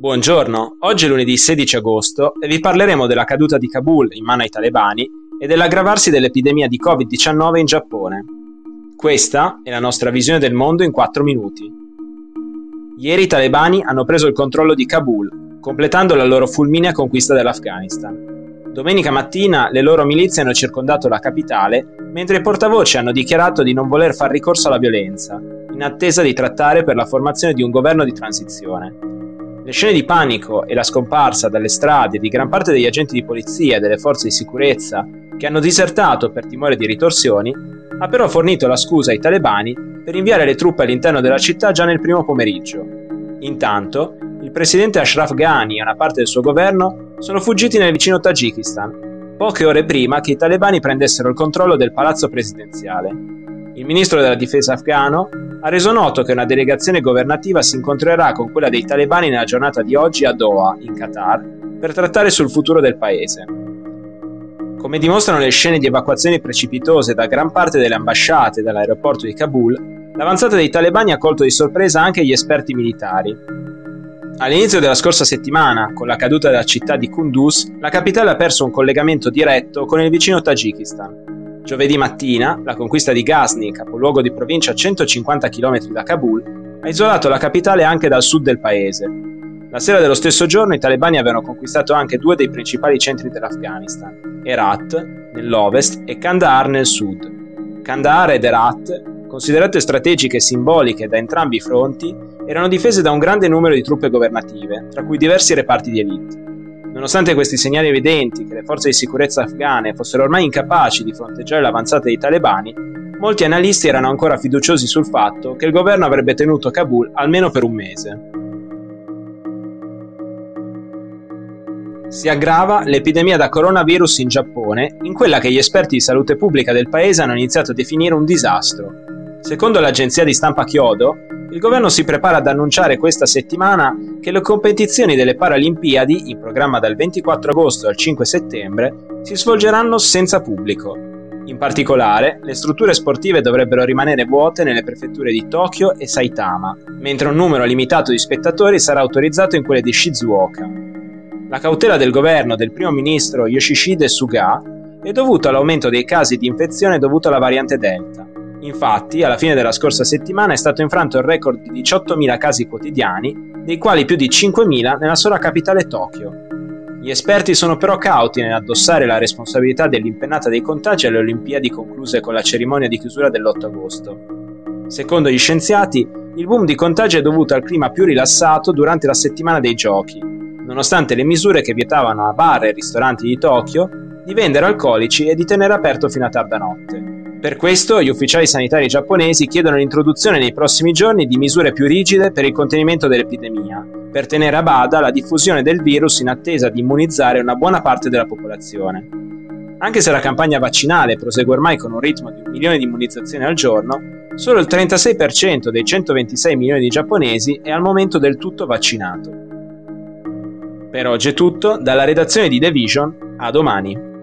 Buongiorno, oggi è lunedì 16 agosto e vi parleremo della caduta di Kabul in mano ai talebani e dell'aggravarsi dell'epidemia di Covid-19 in Giappone. Questa è la nostra visione del mondo in 4 minuti. Ieri i talebani hanno preso il controllo di Kabul, completando la loro fulminea conquista dell'Afghanistan. Domenica mattina le loro milizie hanno circondato la capitale, mentre i portavoce hanno dichiarato di non voler far ricorso alla violenza, in attesa di trattare per la formazione di un governo di transizione. Le scene di panico e la scomparsa dalle strade di gran parte degli agenti di polizia e delle forze di sicurezza che hanno disertato per timore di ritorsioni ha però fornito la scusa ai talebani per inviare le truppe all'interno della città già nel primo pomeriggio. Intanto, il presidente Ashraf Ghani e una parte del suo governo sono fuggiti nel vicino Tagikistan, poche ore prima che i talebani prendessero il controllo del palazzo presidenziale. Il ministro della difesa afghano ha reso noto che una delegazione governativa si incontrerà con quella dei talebani nella giornata di oggi a Doha, in Qatar, per trattare sul futuro del paese. Come dimostrano le scene di evacuazioni precipitose da gran parte delle ambasciate e dall'aeroporto di Kabul, l'avanzata dei talebani ha colto di sorpresa anche gli esperti militari. All'inizio della scorsa settimana, con la caduta della città di Kunduz, la capitale ha perso un collegamento diretto con il vicino Tagikistan. Giovedì mattina, la conquista di Ghazni, capoluogo di provincia a 150 km da Kabul, ha isolato la capitale anche dal sud del paese. La sera dello stesso giorno i talebani avevano conquistato anche 2 dei principali centri dell'Afghanistan, Herat nell'ovest e Kandahar nel sud. Kandahar ed Herat, considerate strategiche e simboliche da entrambi i fronti, erano difese da un grande numero di truppe governative, tra cui diversi reparti di élite. Nonostante questi segnali evidenti che le forze di sicurezza afghane fossero ormai incapaci di fronteggiare l'avanzata dei talebani, molti analisti erano ancora fiduciosi sul fatto che il governo avrebbe tenuto Kabul almeno per un mese. Si aggrava l'epidemia da coronavirus in Giappone, in quella che gli esperti di salute pubblica del paese hanno iniziato a definire un disastro. Secondo l'agenzia di stampa Kyodo, il governo si prepara ad annunciare questa settimana che le competizioni delle Paralimpiadi, in programma dal 24 agosto al 5 settembre, si svolgeranno senza pubblico. In particolare, le strutture sportive dovrebbero rimanere vuote nelle prefetture di Tokyo e Saitama, mentre un numero limitato di spettatori sarà autorizzato in quelle di Shizuoka. La cautela del governo del primo ministro Yoshihide Suga è dovuta all'aumento dei casi di infezione dovuto alla variante Delta. Infatti, alla fine della scorsa settimana è stato infranto il record di 18.000 casi quotidiani, dei quali più di 5.000 nella sola capitale Tokyo. Gli esperti sono però cauti nell'addossare la responsabilità dell'impennata dei contagi alle Olimpiadi concluse con la cerimonia di chiusura dell'8 agosto. Secondo gli scienziati, il boom di contagi è dovuto al clima più rilassato durante la settimana dei giochi, nonostante le misure che vietavano a bar e ristoranti di Tokyo di vendere alcolici e di tenere aperto fino a tarda notte. Per questo gli ufficiali sanitari giapponesi chiedono l'introduzione nei prossimi giorni di misure più rigide per il contenimento dell'epidemia, per tenere a bada la diffusione del virus in attesa di immunizzare una buona parte della popolazione. Anche se la campagna vaccinale prosegue ormai con un ritmo di 1 milione di immunizzazioni al giorno, solo il 36% dei 126 milioni di giapponesi è al momento del tutto vaccinato. Per oggi è tutto, dalla redazione di The Vision, a domani.